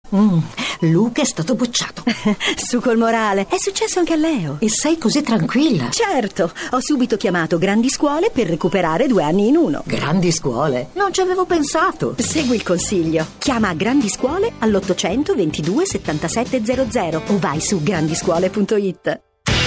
Luca è stato bocciato. Su col morale, è successo anche a Leo. E sei così tranquilla? Certo, ho subito chiamato Grandi Scuole per recuperare 2 anni in uno. Grandi Scuole? Non ci avevo pensato. Segui il consiglio. Chiama Grandi Scuole all'800 22 77 00 o vai su grandiscuole.it.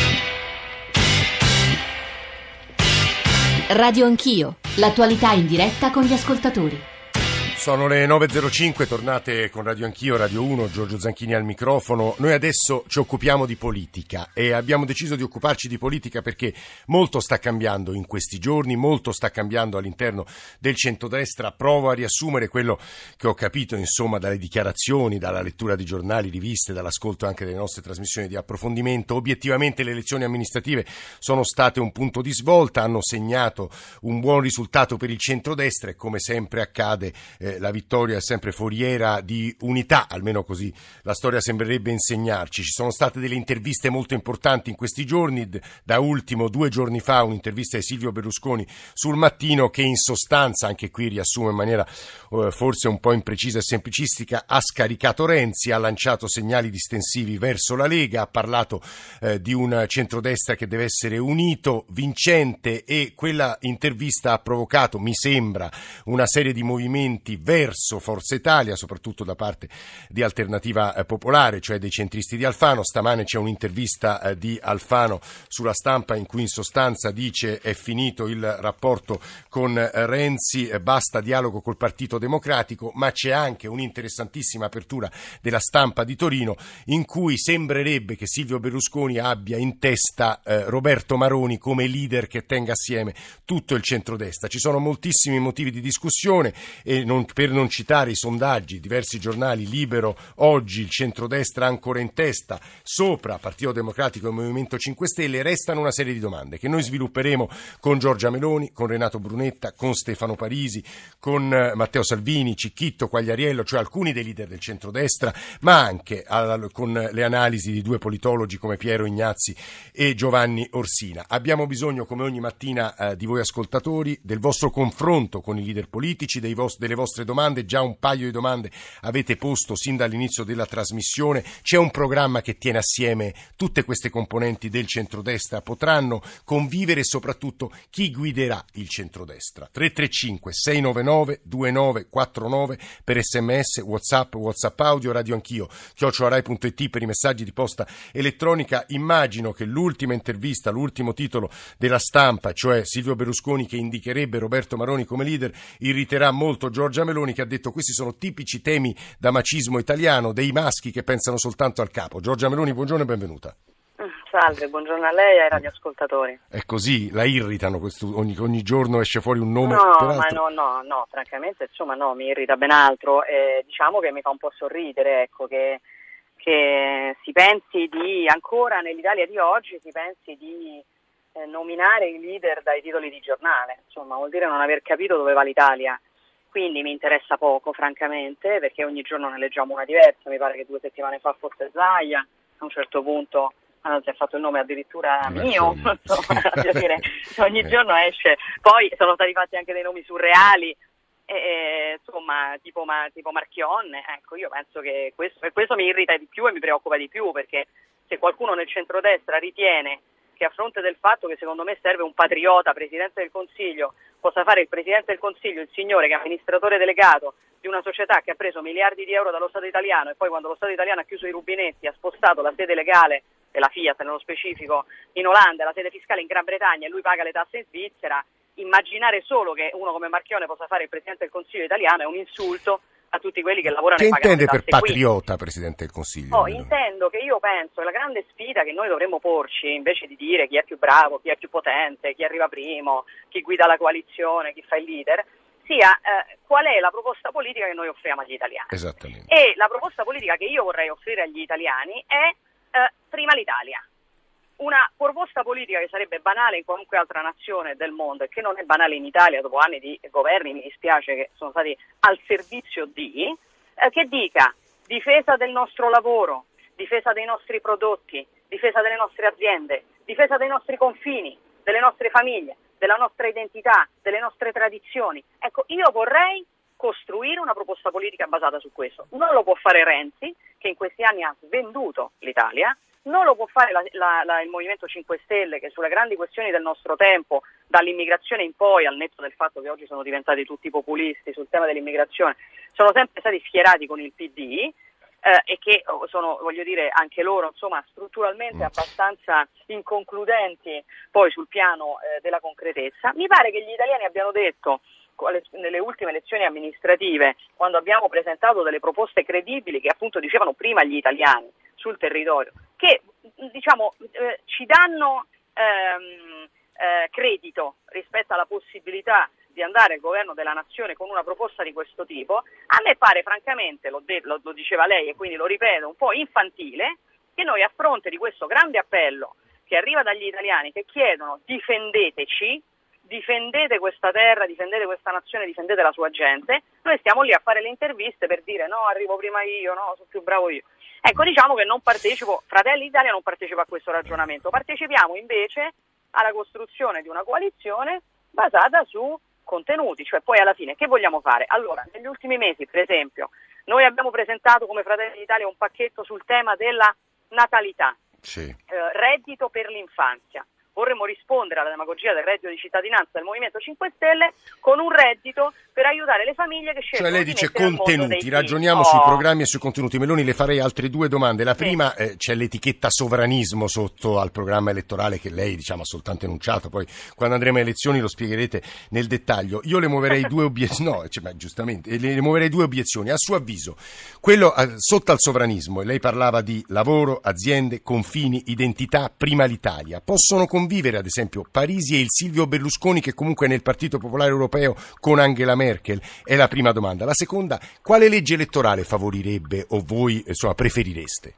Radio Anch'io, l'attualità in diretta con gli ascoltatori. Sono le 9.05, tornate con Radio Anch'io, Radio 1, Giorgio Zanchini al microfono. Noi adesso ci occupiamo di politica e abbiamo deciso di occuparci di politica perché molto sta cambiando in questi giorni, molto sta cambiando all'interno del centrodestra. Provo a riassumere quello che ho capito, insomma, dalle dichiarazioni, dalla lettura di giornali, riviste, dall'ascolto anche delle nostre trasmissioni di approfondimento. Obiettivamente le elezioni amministrative sono state un punto di svolta, hanno segnato un buon risultato per il centrodestra e come sempre accade la vittoria è sempre foriera di unità, almeno così la storia sembrerebbe insegnarci. Ci sono state delle interviste molto importanti in questi giorni, da ultimo 2 giorni fa un'intervista di Silvio Berlusconi sul Mattino che in sostanza, anche qui riassume in maniera forse un po' imprecisa e semplicistica, ha scaricato Renzi, ha lanciato segnali distensivi verso la Lega, ha parlato di un centrodestra che deve essere unito, vincente, e quella intervista ha provocato, mi sembra, una serie di movimenti verso Forza Italia, soprattutto da parte di Alternativa Popolare, cioè dei centristi di Alfano. Stamane c'è un'intervista di Alfano sulla Stampa in cui in sostanza dice: è finito il rapporto con Renzi, basta dialogo col Partito Democratico, ma c'è anche un'interessantissima apertura della Stampa di Torino in cui sembrerebbe che Silvio Berlusconi abbia in testa Roberto Maroni come leader che tenga assieme tutto il centrodestra. Ci sono moltissimi motivi di discussione e per non citare i sondaggi, diversi giornali, Libero, Oggi, il centrodestra ancora in testa, sopra Partito Democratico e Movimento 5 Stelle, restano una serie di domande che noi svilupperemo con Giorgia Meloni, con Renato Brunetta, con Stefano Parisi, con Matteo Salvini, Cicchitto, Quagliariello, cioè alcuni dei leader del centrodestra, ma anche con le analisi di 2 politologi come Piero Ignazzi e Giovanni Orsina. Abbiamo bisogno, come ogni mattina, di voi ascoltatori, del vostro confronto con i leader politici, delle vostre domande. Già un paio di domande avete posto sin dall'inizio della trasmissione. C'è un programma che tiene assieme tutte queste componenti del centrodestra? Potranno convivere e soprattutto chi guiderà il centrodestra? 335 699 2949 per sms, whatsapp audio, Radio Anch'io @rai.it per i messaggi di posta elettronica. Immagino che l'ultima intervista, l'ultimo titolo della Stampa, cioè Silvio Berlusconi che indicherebbe Roberto Maroni come leader, irriterà molto Giorgia Meloni, che ha detto: questi sono tipici temi da macismo italiano, dei maschi che pensano soltanto al capo. Giorgia Meloni, buongiorno e benvenuta. Salve, buongiorno a lei e ai radioascoltatori. È così? La irritano? Ogni giorno esce fuori un nome? No, francamente, insomma, no, mi irrita ben altro. Diciamo che mi fa un po' sorridere, ecco, che si pensi di, ancora nell'Italia di oggi, si pensi di nominare i leader dai titoli di giornale. Insomma, vuol dire non aver capito dove va l'Italia. Quindi mi interessa poco, francamente, perché ogni giorno ne leggiamo una diversa. Mi pare che 2 settimane fa fosse Zaia, a un certo punto si è fatto il nome addirittura mio, insomma, dire, ogni giorno esce. Poi sono stati fatti anche dei nomi surreali, insomma, tipo Marchionne. Ecco, io penso che questo mi irrita di più e mi preoccupa di più, perché se qualcuno nel centrodestra ritiene che, a fronte del fatto che secondo me serve un patriota Presidente del Consiglio, possa fare il Presidente del Consiglio il signore che è amministratore delegato di una società che ha preso miliardi di euro dallo Stato italiano e poi, quando lo Stato italiano ha chiuso i rubinetti, ha spostato la sede legale della Fiat, nello specifico, in Olanda, la sede fiscale in Gran Bretagna, e lui paga le tasse in Svizzera, immaginare solo che uno come Marchionne possa fare il Presidente del Consiglio italiano è un insulto a tutti quelli che lavorano e pagano le tasse. Che intende per patriota, Presidente del Consiglio? Intendo che io penso che la grande sfida che noi dovremmo porci, invece di dire chi è più bravo, chi è più potente, chi arriva primo, chi guida la coalizione, chi fa il leader, sia qual è la proposta politica che noi offriamo agli italiani. Esattamente. E la proposta politica che io vorrei offrire agli italiani è prima l'Italia. Una proposta politica che sarebbe banale in qualunque altra nazione del mondo e che non è banale in Italia dopo anni di governi, mi dispiace, che sono stati al servizio di, che dica difesa del nostro lavoro, difesa dei nostri prodotti, difesa delle nostre aziende, difesa dei nostri confini, delle nostre famiglie, della nostra identità, delle nostre tradizioni. Ecco, io vorrei costruire una proposta politica basata su questo. Non lo può fare Renzi, che in questi anni ha svenduto l'Italia, non lo può fare il Movimento 5 Stelle, che sulle grandi questioni del nostro tempo, dall'immigrazione in poi, al netto del fatto che oggi sono diventati tutti populisti sul tema dell'immigrazione, sono sempre stati schierati con il PD, e che sono, voglio dire, anche loro, insomma, strutturalmente abbastanza inconcludenti poi sul piano della concretezza. Mi pare che gli italiani abbiano detto nelle ultime elezioni amministrative, quando abbiamo presentato delle proposte credibili che appunto dicevano prima gli italiani sul territorio, che diciamo ci danno credito rispetto alla possibilità di andare al governo della nazione con una proposta di questo tipo. A me pare francamente, lo diceva lei e quindi lo ripeto, un po' infantile che noi, a fronte di questo grande appello che arriva dagli italiani che chiedono difendeteci, difendete questa terra, difendete questa nazione, difendete la sua gente, noi stiamo lì a fare le interviste per dire no, arrivo prima io, no, sono più bravo io. Ecco, diciamo che non partecipo, Fratelli d'Italia non partecipa a questo ragionamento, partecipiamo invece alla costruzione di una coalizione basata su contenuti, cioè poi alla fine che vogliamo fare? Allora, negli ultimi mesi, per esempio, noi abbiamo presentato come Fratelli d'Italia un pacchetto sul tema della natalità, reddito per l'infanzia. Vorremmo rispondere alla demagogia del reddito di cittadinanza del Movimento 5 Stelle con un reddito per aiutare le famiglie che scelgono. Cioè lei dice contenuti, ragioniamo sui programmi e sui contenuti. Meloni, le farei altre due domande. La prima, c'è l'etichetta sovranismo sotto al programma elettorale che lei ha soltanto enunciato, poi quando andremo a elezioni lo spiegherete nel dettaglio. Io le muoverei due obiezioni, giustamente, le muoverei due obiezioni. A suo avviso, quello sotto al sovranismo, e lei parlava di lavoro, aziende, confini, identità, prima l'Italia, possono convivere ad esempio Parisi e il Silvio Berlusconi, che comunque è nel Partito Popolare Europeo, con Angela Merkel? È la prima domanda. La seconda, quale legge elettorale favorirebbe o voi preferireste?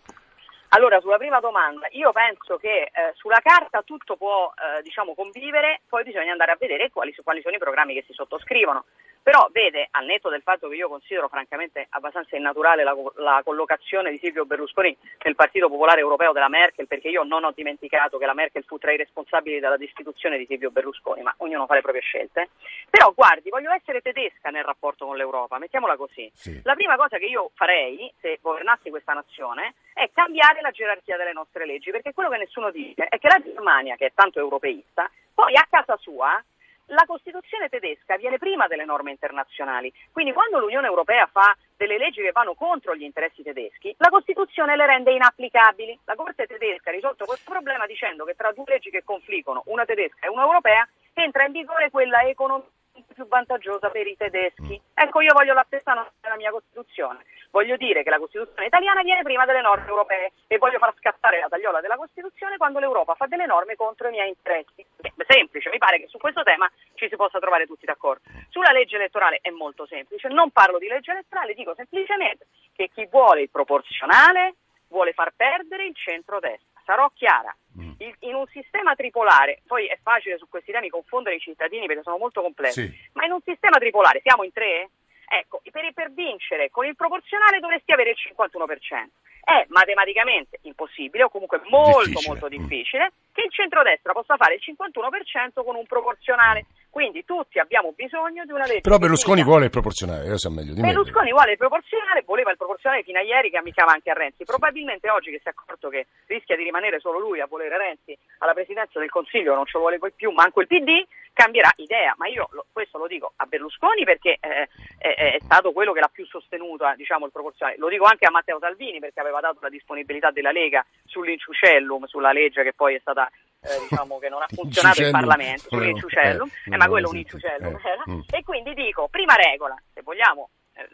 Allora, sulla prima domanda, io penso che sulla carta tutto può convivere, poi bisogna andare a vedere quali sono i programmi che si sottoscrivono. Però vede, al netto del fatto che io considero francamente abbastanza innaturale la collocazione di Silvio Berlusconi nel Partito Popolare Europeo della Merkel, perché io non ho dimenticato che la Merkel fu tra i responsabili della destituzione di Silvio Berlusconi, ma ognuno fa le proprie scelte. Però guardi, voglio essere tedesca nel rapporto con l'Europa, mettiamola così. Sì. La prima cosa che io farei, se governassi questa nazione, è cambiare la gerarchia delle nostre leggi, perché quello che nessuno dice è che la Germania, che è tanto europeista, poi a casa sua la Costituzione tedesca viene prima delle norme internazionali, quindi quando l'Unione Europea fa delle leggi che vanno contro gli interessi tedeschi, la Costituzione le rende inapplicabili. La Corte tedesca ha risolto questo problema dicendo che tra due leggi che confliggono, una tedesca e una europea, entra in vigore quella economicamente più vantaggiosa per i tedeschi. Ecco, io voglio la stessa norma nella mia Costituzione. Voglio dire che la Costituzione italiana viene prima delle norme europee e voglio far scattare la tagliola della Costituzione quando l'Europa fa delle norme contro i miei interessi. Semplice, mi pare che su questo tema ci si possa trovare tutti d'accordo. Sulla legge elettorale è molto semplice, non parlo di legge elettorale, dico semplicemente che chi vuole il proporzionale vuole far perdere il centrodestra. Sarò chiara, in un sistema tripolare, poi è facile su questi temi confondere i cittadini perché sono molto complessi, ma in un sistema tripolare siamo in tre? Ecco, per vincere con il proporzionale dovresti avere il 51%. È matematicamente impossibile, o comunque molto difficile, che il centrodestra possa fare il 51% con un proporzionale. Quindi tutti abbiamo bisogno di una legge. Però Berlusconi vuole il proporzionale, io so meglio di me. Berlusconi vuole il proporzionale, voleva il proporzionale fino a ieri che ammiccava anche a Renzi. Probabilmente oggi che si è accorto che rischia di rimanere solo lui a volere Renzi alla presidenza del Consiglio, non ce lo vuole più manco il PD, cambierà idea. Ma io questo lo dico a Berlusconi perché è stato quello che l'ha più sostenuto, il proporzionale. Lo dico anche a Matteo Salvini perché aveva dato la disponibilità della Lega sull'inciucellum, sulla legge che poi è stata che non ha funzionato in Parlamento, sull'inciucellum, ma quello è un inciucellum era. E quindi dico, prima regola, se vogliamo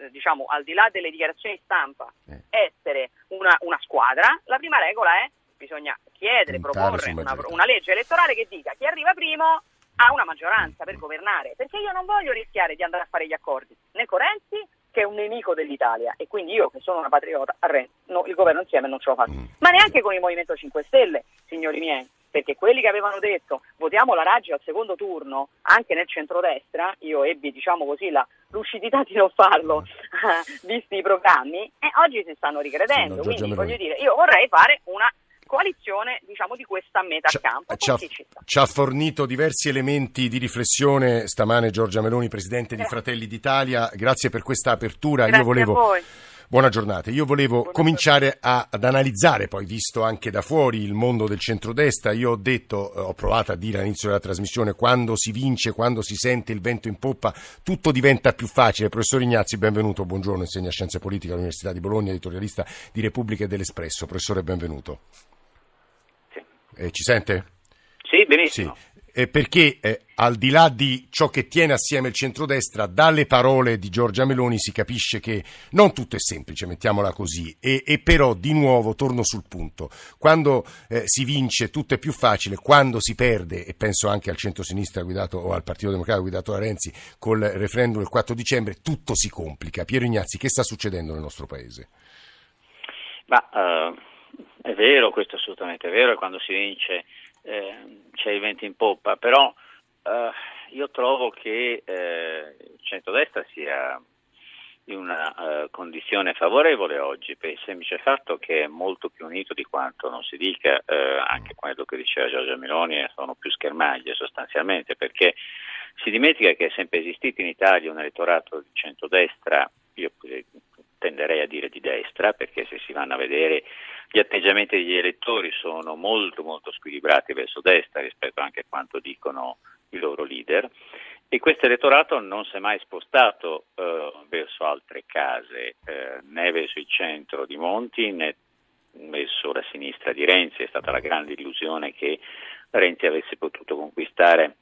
al di là delle dichiarazioni stampa essere una squadra, la prima regola è bisogna chiedere, proporre una legge elettorale che dica chi arriva primo ha una maggioranza per governare, perché io non voglio rischiare di andare a fare gli accordi né con Renzi, che è un nemico dell'Italia, e quindi io che sono una patriota il governo insieme non ce lo faccio, ma neanche con il Movimento 5 Stelle, signori miei, perché quelli che avevano detto votiamo la Raggi al secondo turno anche nel centrodestra, io ebbi la lucidità di non farlo visti i programmi, e oggi si stanno ricredendo, quindi voglio dire, io vorrei fare una coalizione, diciamo, di questa metà campo. Ci ha fornito diversi elementi di riflessione stamane Giorgia Meloni, Presidente di Fratelli d'Italia. Grazie per questa apertura. Grazie a voi. Buona giornata. Io volevo cominciare ad analizzare, poi visto anche da fuori, il mondo del centrodestra. Io ho provato a dire all'inizio della trasmissione, quando si vince, quando si sente il vento in poppa, tutto diventa più facile. Professor Ignazzi, benvenuto, buongiorno, insegna Scienze Politiche all'Università di Bologna, editorialista di Repubblica e dell'Espresso. Professore, benvenuto. Sì. Ci sente? Sì, benissimo. Sì. Perché al di là di ciò che tiene assieme il centrodestra, dalle parole di Giorgia Meloni si capisce che non tutto è semplice, mettiamola così, e però di nuovo torno sul punto: quando si vince tutto è più facile, quando si perde, e penso anche al centro-sinistra guidato o al Partito Democratico guidato da Renzi col referendum del 4 dicembre, tutto si complica. Piero Ignazzi, che sta succedendo nel nostro paese? È vero, questo è assolutamente vero, e quando si vince c'è il vento in poppa, però io trovo che il centrodestra sia in una condizione favorevole oggi, per il semplice fatto che è molto più unito di quanto non si dica, anche quello che diceva Giorgia Meloni, sono più schermaglie sostanzialmente, perché si dimentica che è sempre esistito in Italia un elettorato di centrodestra, io tenderei a dire di destra, perché se si vanno a vedere gli atteggiamenti degli elettori sono molto molto squilibrati verso destra rispetto anche a quanto dicono i loro leader, e questo elettorato non si è mai spostato verso altre case, né verso il centro di Monti né verso la sinistra di Renzi. È stata la grande illusione che Renzi avesse potuto conquistare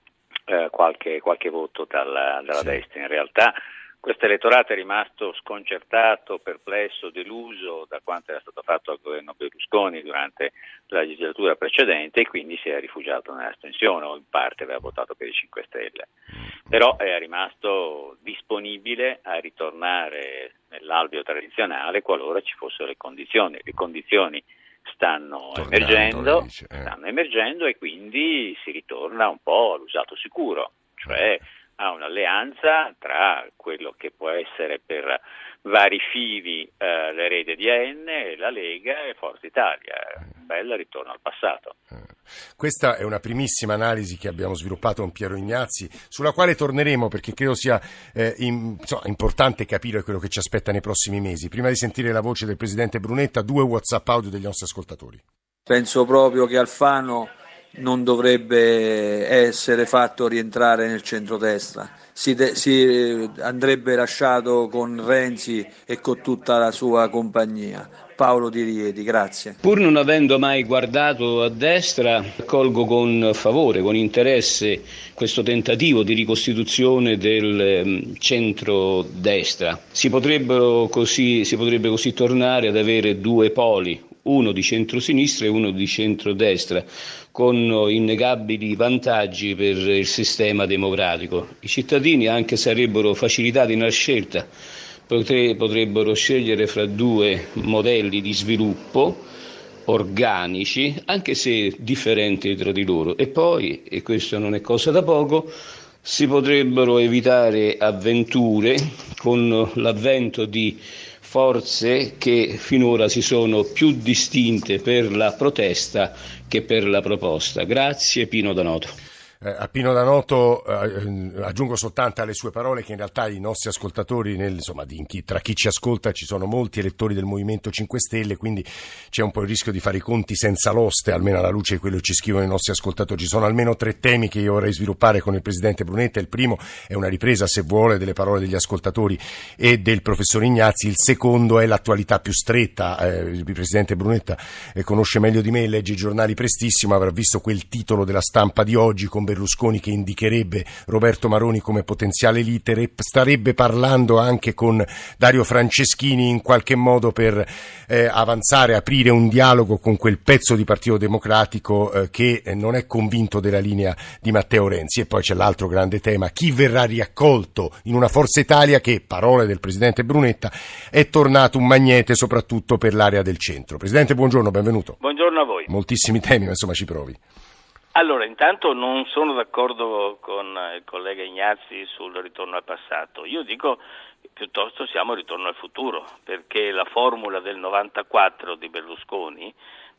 qualche voto dalla destra. In realtà questo elettorato è rimasto sconcertato, perplesso, deluso da quanto era stato fatto al governo Berlusconi durante la legislatura precedente, e quindi si è rifugiato nell'astensione, o in parte aveva votato per i 5 Stelle. Però è rimasto disponibile a ritornare nell'alveo tradizionale qualora ci fossero le condizioni. Le condizioni stanno emergendo, e quindi si ritorna un po' all'usato sicuro, cioè a un'alleanza tra quello che può essere per vari fili l'erede di AN, la Lega e Forza Italia. Un bel ritorno al passato. Questa è una primissima analisi che abbiamo sviluppato con Piero Ignazzi, sulla quale torneremo, perché credo sia importante capire quello che ci aspetta nei prossimi mesi. Prima di sentire la voce del Presidente Brunetta, 2 WhatsApp audio degli nostri ascoltatori. Penso proprio che Alfano non dovrebbe essere fatto rientrare nel centrodestra, si andrebbe lasciato con Renzi e con tutta la sua compagnia. Paolo Di Rieti, grazie. Pur non avendo mai guardato a destra, colgo con favore, con interesse questo tentativo di ricostituzione del centrodestra. Si potrebbe così tornare ad avere 2 poli, uno di centrosinistra e uno di centrodestra, con innegabili vantaggi per il sistema democratico. I cittadini anche sarebbero facilitati nella scelta, potrebbero scegliere fra 2 modelli di sviluppo organici, anche se differenti tra di loro, e poi, e questo non è cosa da poco, si potrebbero evitare avventure con l'avvento di forze che finora si sono più distinte per la protesta che per la proposta. Grazie, Pino Danoto. A Pino Danoto aggiungo soltanto alle sue parole che in realtà i nostri ascoltatori, tra chi ci ascolta ci sono molti elettori del Movimento 5 Stelle, quindi c'è un po' il rischio di fare i conti senza l'oste, almeno alla luce di quello che ci scrivono i nostri ascoltatori. Ci sono almeno 3 temi che io vorrei sviluppare con il Presidente Brunetta. Il primo è una ripresa, se vuole, delle parole degli ascoltatori e del Professor Ignazzi. Il secondo è l'attualità più stretta. Il Presidente Brunetta conosce meglio di me, legge i giornali prestissimo, avrà visto quel titolo della Stampa di oggi con Berlusconi che indicherebbe Roberto Maroni come potenziale leader, e starebbe parlando anche con Dario Franceschini in qualche modo per avanzare, aprire un dialogo con quel pezzo di Partito Democratico che non è convinto della linea di Matteo Renzi. E poi c'è l'altro grande tema: chi verrà riaccolto in una Forza Italia che, parole del Presidente Brunetta, è tornato un magnete soprattutto per l'area del centro. Presidente, buongiorno, benvenuto. Buongiorno a voi. Moltissimi temi, ma insomma ci provi. Allora, intanto non sono d'accordo con il collega Ignazzi sul ritorno al passato. Io dico piuttosto siamo al ritorno al futuro, perché la formula del 94 di Berlusconi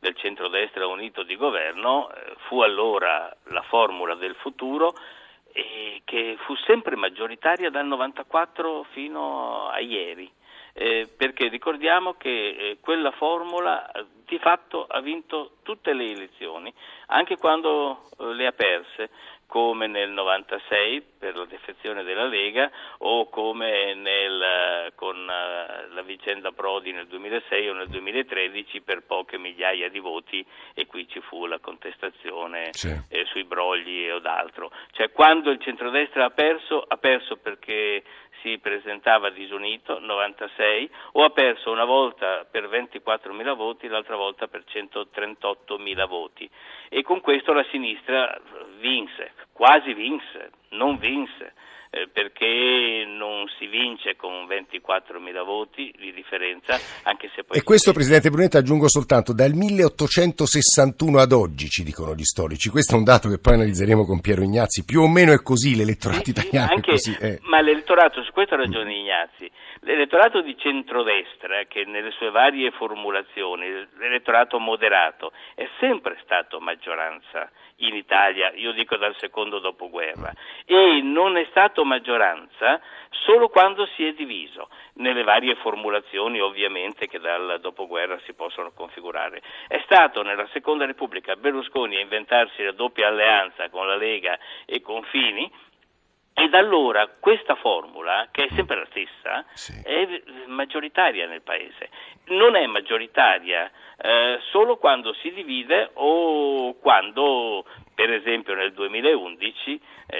del centrodestra unito di governo, fu allora la formula del futuro, che fu sempre maggioritaria dal 94 fino a ieri, perché ricordiamo che quella formula di fatto ha vinto tutte le elezioni, anche quando le ha perse, come nel 96 per la defezione della Lega o come con la vicenda Prodi nel 2006 o nel 2013 per poche migliaia di voti, e qui ci fu la contestazione sui brogli o d'altro. Cioè, quando il centrodestra ha perso perché si presentava disunito, 96, o ha perso una volta per 24.000 voti, l'altra volta per 138.000 voti. E con questo la sinistra vinse, quasi vinse, non vinse, perché non si vince con 24.000 voti di differenza, anche se poi... E questo, Presidente Brunetta, aggiungo soltanto, dal 1861 ad oggi, ci dicono gli storici. Questo è un dato che poi analizzeremo con Piero Ignazzi. Più o meno è così l'elettorato italiano. Anche, è così, ma l'elettorato, su questo ha ragione Ignazzi, l'elettorato di centrodestra, che nelle sue varie formulazioni, l'elettorato moderato, è sempre stato maggioranza in Italia, io dico dal secondo dopoguerra, e non è stato maggioranza solo quando si è diviso, nelle varie formulazioni ovviamente che dal dopoguerra si possono configurare. È stato nella Seconda Repubblica Berlusconi a inventarsi la doppia alleanza con la Lega e con Fini, e da allora questa formula, che è sempre la stessa, è maggioritaria nel Paese. Non è maggioritaria solo quando si divide o quando, per esempio nel 2011,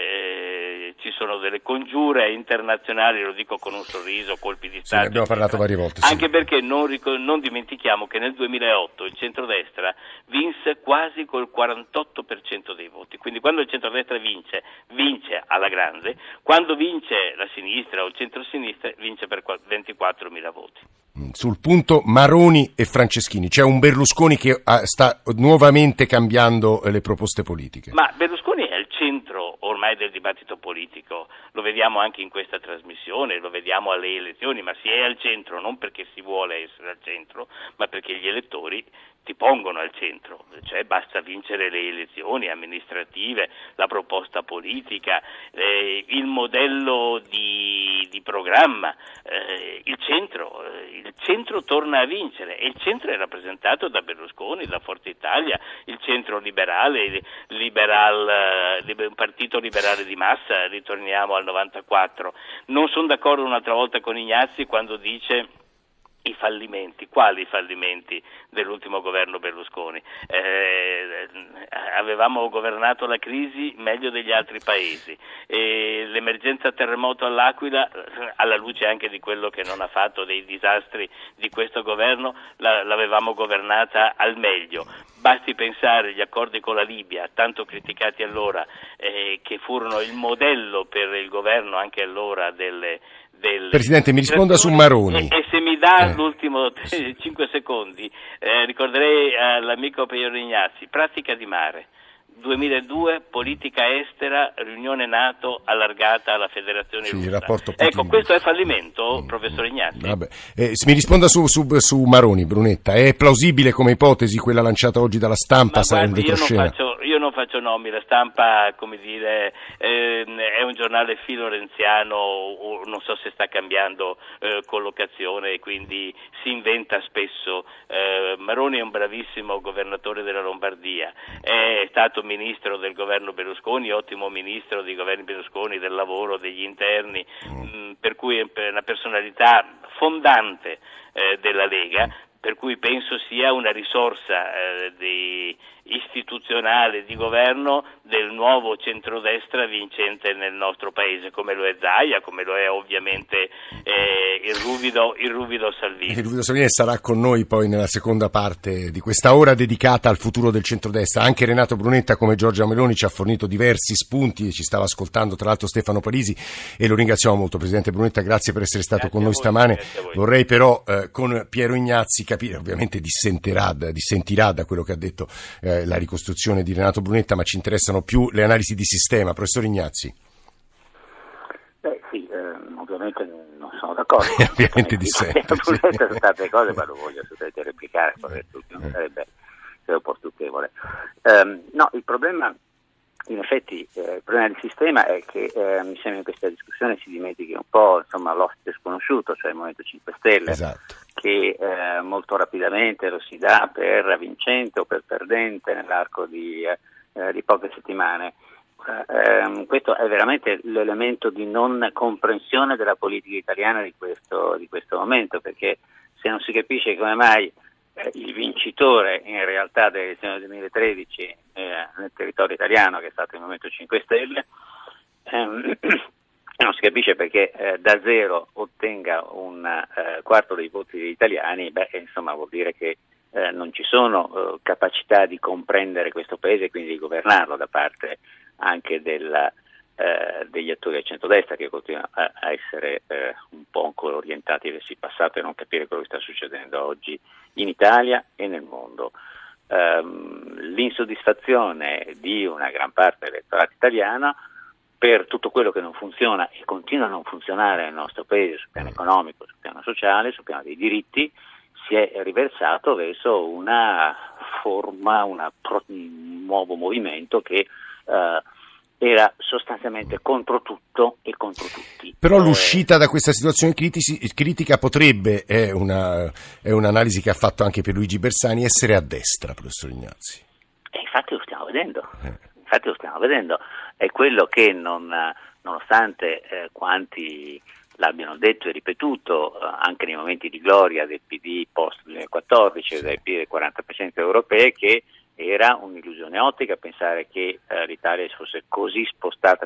ci sono delle congiure internazionali, lo dico con un sorriso, colpi di Stato. Ne abbiamo parlato varie volte. Anche perché non dimentichiamo che nel 2008 il centrodestra vinse quasi col 48% dei voti. Quindi quando il centrodestra vince alla grande, quando vince la sinistra o il centrosinistra vince per 24.000 voti. Sul punto Maroni e Franceschini, c'è un Berlusconi che sta nuovamente cambiando le proposte politiche. Ma Berlusconi è al centro ormai del dibattito politico, lo vediamo anche in questa trasmissione, lo vediamo alle elezioni, ma si è al centro non perché si vuole essere al centro, ma perché gli elettori ti pongono al centro, cioè basta vincere le elezioni amministrative, la proposta politica, il modello di programma, il centro torna a vincere, e il centro è rappresentato da Berlusconi, da Forza Italia, il centro liberale, un partito liberale di massa, ritorniamo al 94. Non sono d'accordo un'altra volta con Ignazzi quando dice i fallimenti. Quali fallimenti dell'ultimo governo Berlusconi? Avevamo governato la crisi meglio degli altri paesi, l'emergenza terremoto all'Aquila, alla luce anche di quello che non ha fatto, dei disastri di questo governo, l'avevamo governata al meglio. Basti pensare agli accordi con la Libia, tanto criticati allora, che furono il modello per il governo anche allora del Presidente, mi risponda su Maroni. E se mi dà l'ultimo 5 secondi, ricorderei all'amico Piero Ignazzi, Pratica di Mare, 2002, politica estera, riunione NATO allargata alla Federazione Russa. Ecco, questo è fallimento, professor Ignazzi? Vabbè. Mi risponda su Maroni, Brunetta. È plausibile come ipotesi quella lanciata oggi dalla Stampa? Io non faccio nomi, la Stampa, come dire, è un giornale filorenziano, non so se sta cambiando collocazione, e quindi si inventa spesso. Maroni è un bravissimo governatore della Lombardia, è stato ministro del governo Berlusconi, ottimo ministro dei governi Berlusconi, del lavoro, degli interni, per cui è una personalità fondante della Lega, per cui penso sia una risorsa istituzionale di governo del nuovo centrodestra vincente nel nostro paese, come lo è Zaia, come lo è ovviamente il ruvido Salvini. Il ruvido Salvini sarà con noi poi nella seconda parte di questa ora dedicata al futuro del centrodestra. Anche Renato Brunetta, come Giorgia Meloni, ci ha fornito diversi spunti, ci stava ascoltando tra l'altro Stefano Parisi, e lo ringraziamo molto. Presidente Brunetta, grazie per essere stato con noi stamane. Vorrei però con Piero Ignazzi capire, ovviamente dissentirà da quello che ha detto la ricostruzione di Renato Brunetta, ma ci interessano più le analisi di sistema. Professor Ignazzi. Sì, ovviamente non sono d'accordo. Ovviamente dissento. Brunetta su tante cose, ma lo voglio assolutamente replicare, non sarebbe stucchevole. No, il problema, in effetti, il problema del sistema è che mi sembra in questa discussione si dimentichi un po', insomma, l'ospite sconosciuto, cioè il Movimento 5 Stelle, esatto, che molto rapidamente lo si dà per vincente o per perdente nell'arco di poche settimane. Questo è veramente l'elemento di non comprensione della politica italiana di questo momento, perché se non si capisce come mai il vincitore in realtà delle elezioni del 2013 nel territorio italiano, che è stato il Movimento 5 Stelle, non si capisce perché da zero ottenga un quarto dei voti degli italiani. Insomma, vuol dire che non ci sono capacità di comprendere questo paese e quindi di governarlo da parte anche degli attori del centrodestra, che continuano a essere un po' ancora orientati verso il passato e non capire quello che sta succedendo oggi in Italia e nel mondo. L'insoddisfazione di una gran parte dell'elettorato italiano per tutto quello che non funziona e continua a non funzionare nel nostro paese sul piano economico, sul piano sociale, sul piano dei diritti, si è riversato verso una forma, un nuovo movimento che era sostanzialmente contro tutto e contro tutti. Però l'uscita da questa situazione critica potrebbe, è un'analisi che ha fatto anche Pierluigi Bersani, essere a destra, professor Ignazzi. Infatti lo stiamo vedendo, è quello che nonostante quanti l'abbiano detto e ripetuto anche nei momenti di gloria del PD post 2014 del PD del 40% europee, che era un'illusione ottica pensare che l'Italia fosse così spostata,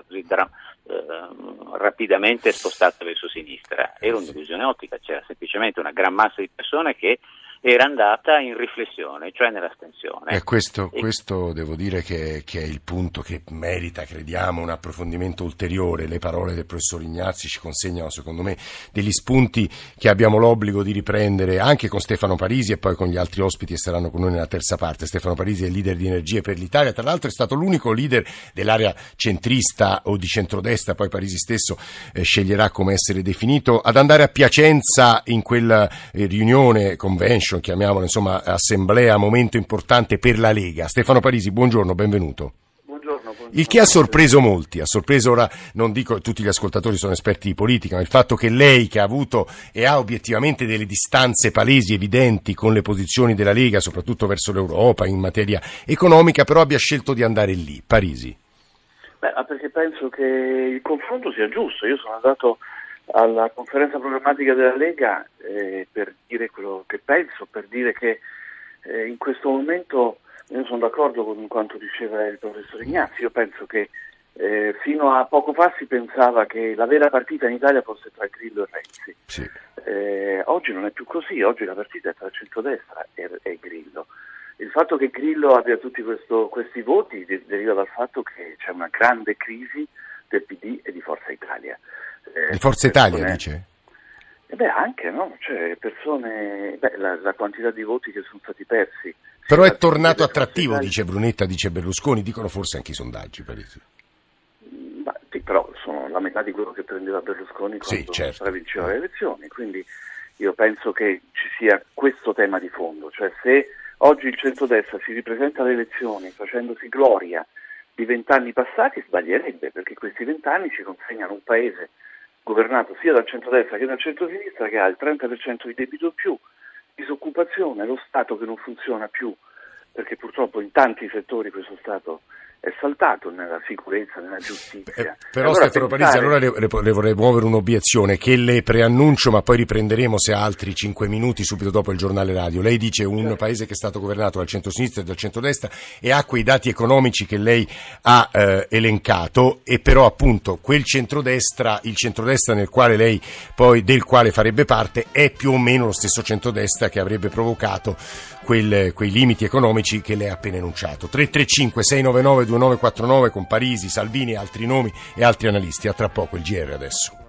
rapidamente spostata verso sinistra. Era un'illusione ottica, c'era semplicemente una gran massa di persone che era andata in riflessione, cioè nell'astensione. E questo devo dire che è il punto che merita, crediamo, un approfondimento ulteriore. Le parole del professor Ignazzi ci consegnano, secondo me, degli spunti che abbiamo l'obbligo di riprendere anche con Stefano Parisi e poi con gli altri ospiti che saranno con noi nella terza parte. Stefano Parisi è il leader di Energie per l'Italia, tra l'altro è stato l'unico leader dell'area centrista o di centrodestra, poi Parisi stesso sceglierà come essere definito, ad andare a Piacenza in quella riunione, convention, chiamiamola, insomma, assemblea, momento importante per la Lega. Stefano Parisi, buongiorno, benvenuto. Buongiorno. Il che ha sorpreso molti, ora non dico che tutti gli ascoltatori sono esperti di politica, ma il fatto che lei, che ha avuto e ha obiettivamente delle distanze palesi, evidenti con le posizioni della Lega, soprattutto verso l'Europa in materia economica, però abbia scelto di andare lì. Parisi. Perché penso che il confronto sia giusto. Io sono andato alla conferenza programmatica della Lega per dire quello che penso, per dire che in questo momento io sono d'accordo con quanto diceva il professor Ignazzi. Io penso che fino a poco fa si pensava che la vera partita in Italia fosse tra Grillo e Renzi. Sì. Oggi non è più così, oggi la partita è tra centrodestra e Grillo. Il fatto che Grillo abbia tutti questi voti deriva dal fatto che c'è una grande crisi del PD e di Forza Italia. Di Forza Italia, dice? Anche, no? Cioè, persone, la quantità di voti che sono stati persi. Però è tornato attrattivo, dice Brunetta, dice Berlusconi, dicono forse anche i sondaggi, Parisi. Sì, però sono la metà di quello che prendeva Berlusconi quando vinceva le elezioni, quindi io penso che ci sia questo tema di fondo, cioè se oggi il centrodestra si ripresenta alle elezioni facendosi gloria di 20 anni passati, sbaglierebbe, perché questi 20 anni ci consegnano un paese governato sia dal centrodestra che dal centrosinistra, che ha il 30% di debito in più, disoccupazione, lo Stato che non funziona più, perché purtroppo in tanti settori questo Stato è saltato, nella sicurezza, nella giustizia. Però allora, Stefano Parisi, allora le vorrei muovere un'obiezione che le preannuncio, ma poi riprenderemo se ha altri 5 minuti subito dopo il giornale radio. Lei dice un paese che è stato governato dal centro-sinistra e dal centrodestra e ha quei dati economici che lei ha elencato, e però appunto quel centrodestra, il centrodestra del quale farebbe parte, è più o meno lo stesso centrodestra che avrebbe provocato quei limiti economici che lei ha appena enunciato. 335-699-2949 con Parisi, Salvini, altri nomi e altri analisti. A tra poco il GR adesso.